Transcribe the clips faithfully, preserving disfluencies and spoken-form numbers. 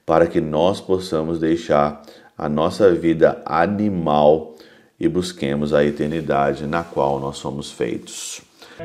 para que nós possamos deixar a nossa vida animal e busquemos a eternidade na qual nós somos feitos.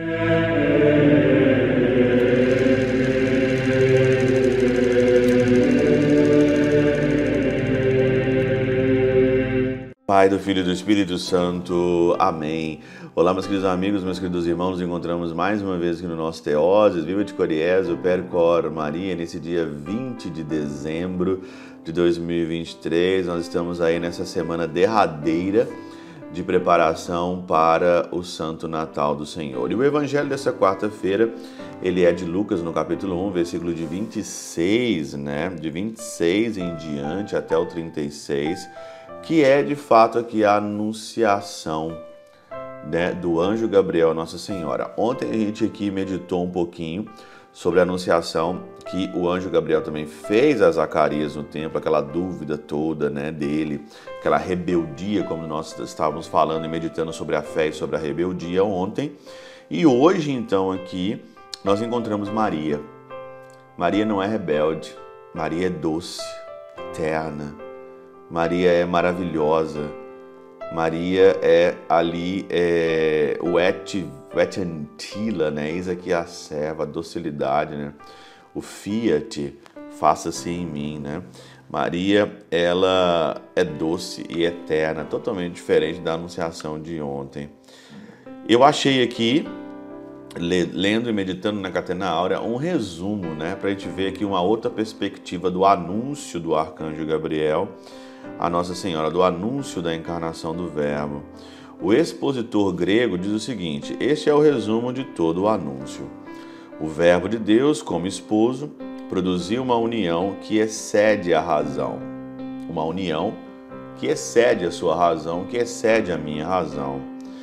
Pai, do Filho e do Espírito Santo. Amém. Olá, meus queridos amigos, meus queridos irmãos, nos encontramos mais uma vez aqui no nosso Teoses, Viva de Coriésio, Percor Maria, nesse dia vinte de dezembro de dois mil e vinte e três. Nós estamos aí nessa semana derradeira de preparação para o Santo Natal do Senhor. E o Evangelho dessa quarta-feira, ele é de Lucas, no capítulo um, versículo de vinte e seis, né? De vinte e seis em diante até o trinta e seis, que é de fato aqui a anunciação, né, do anjo Gabriel a Nossa Senhora. Ontem a gente aqui meditou um pouquinho sobre a anunciação que o anjo Gabriel também fez a Zacarias no templo, aquela dúvida toda, né, dele, aquela rebeldia, como nós estávamos falando e meditando sobre a fé e sobre a rebeldia ontem. E hoje, então, aqui, nós encontramos Maria. Maria não é rebelde, Maria é doce, terna. Maria é maravilhosa, Maria é ali é, o et, o et antila, né? Eis aqui a serva, a docilidade, né? O fiat, faça-se em mim, né? Maria, ela é doce e eterna, totalmente diferente da anunciação de ontem. Eu achei aqui, lendo e meditando na Catena Áurea, um resumo, né? Para a gente ver aqui uma outra perspectiva do anúncio do arcanjo Gabriel a Nossa Senhora, do anúncio da encarnação do Verbo. O expositor grego diz o seguinte: este é o resumo de todo o anúncio. O Verbo de Deus, como esposo, produziu uma união que excede a razão. Uma união que excede a sua razão, que excede a minha razão.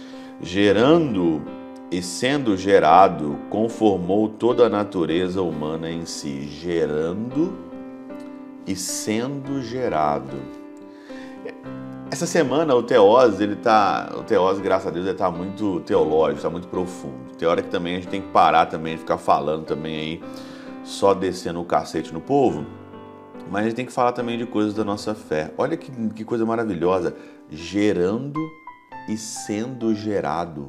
Gerando e sendo gerado, conformou toda a natureza humana em si. Gerando e sendo gerado. Essa semana o Teoses, ele tá, o Teoses, graças a Deus, ele tá muito teológico, tá muito profundo. Tem hora que também a gente tem que parar também, ficar falando também aí, só descendo o cacete no povo, mas a gente tem que falar também de coisas da nossa fé. Olha que, que coisa maravilhosa, gerando e sendo gerado.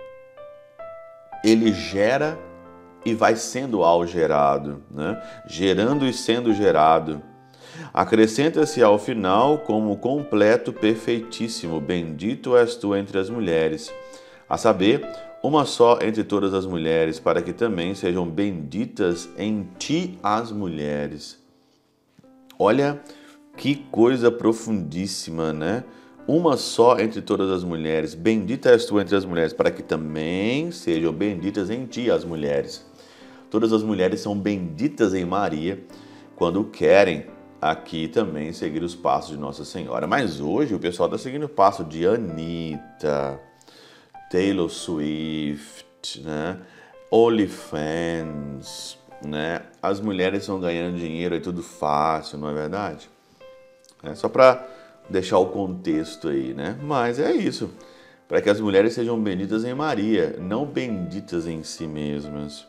Ele gera e vai sendo algerado, né? Gerando e sendo gerado. Acrescenta-se ao final como completo perfeitíssimo, bendito és tu entre as mulheres, a saber, uma só entre todas as mulheres, para que também sejam benditas em ti as mulheres. Olha que coisa profundíssima, né? Uma só entre todas as mulheres, bendita és tu entre as mulheres, para que também sejam benditas em ti as mulheres. Todas as mulheres são benditas em Maria quando querem aqui também seguir os passos de Nossa Senhora. Mas hoje o pessoal está seguindo o passo de Anitta, Taylor Swift, né? OnlyFans, né? As mulheres estão ganhando dinheiro, é tudo fácil, não é verdade? É só para deixar o contexto aí, né? Mas é isso, para que as mulheres sejam benditas em Maria, não benditas em si mesmas.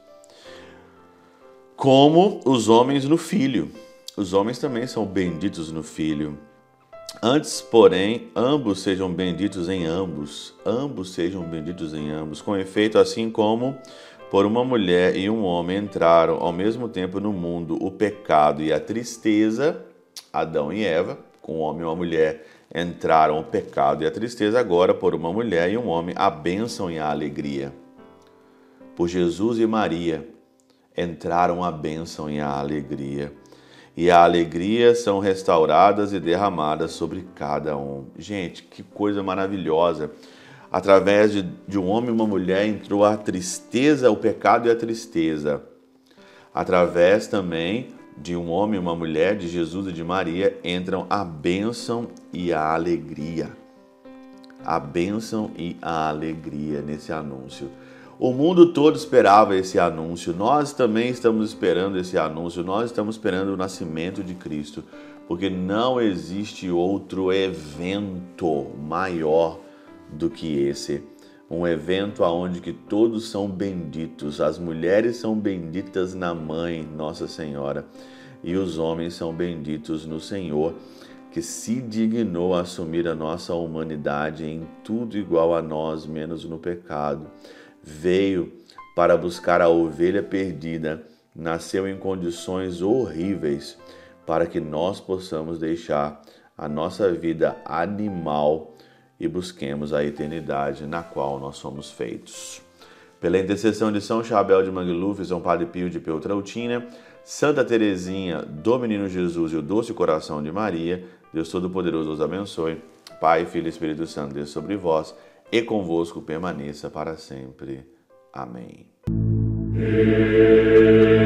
Como os homens no Filho. Os homens também são benditos no Filho. Antes, porém, ambos sejam benditos em ambos. Ambos sejam benditos em ambos. Com efeito, assim como por uma mulher e um homem entraram ao mesmo tempo no mundo o pecado e a tristeza, Adão e Eva, com um homem e uma mulher entraram o pecado e a tristeza, agora por uma mulher e um homem a bênção e a alegria. Por Jesus e Maria entraram a bênção e a alegria. E a alegria são restauradas e derramadas sobre cada um. Gente, que coisa maravilhosa. Através de, de um homem e uma mulher entrou a tristeza, o pecado e a tristeza. Através também de um homem e uma mulher, de Jesus e de Maria, entram a bênção e a alegria. A bênção e a alegria nesse anúncio. O mundo todo esperava esse anúncio, nós também estamos esperando esse anúncio, nós estamos esperando o nascimento de Cristo, porque não existe outro evento maior do que esse. Um evento onde que todos são benditos, as mulheres são benditas na mãe, Nossa Senhora. e os homens são benditos no Senhor, que se dignou a assumir a nossa humanidade em tudo igual a nós, menos no pecado. Veio para buscar a ovelha perdida, nasceu em condições horríveis, para que nós possamos deixar a nossa vida animal e busquemos a eternidade na qual nós somos feitos. Pela intercessão de São Chabel de Mangluf, São Padre Pio de Peltrautina, Santa Teresinha do Menino Jesus e o Doce Coração de Maria, Deus Todo-Poderoso os abençoe. Pai, Filho e Espírito Santo, Deus sobre vós e convosco permaneça para sempre. Amém.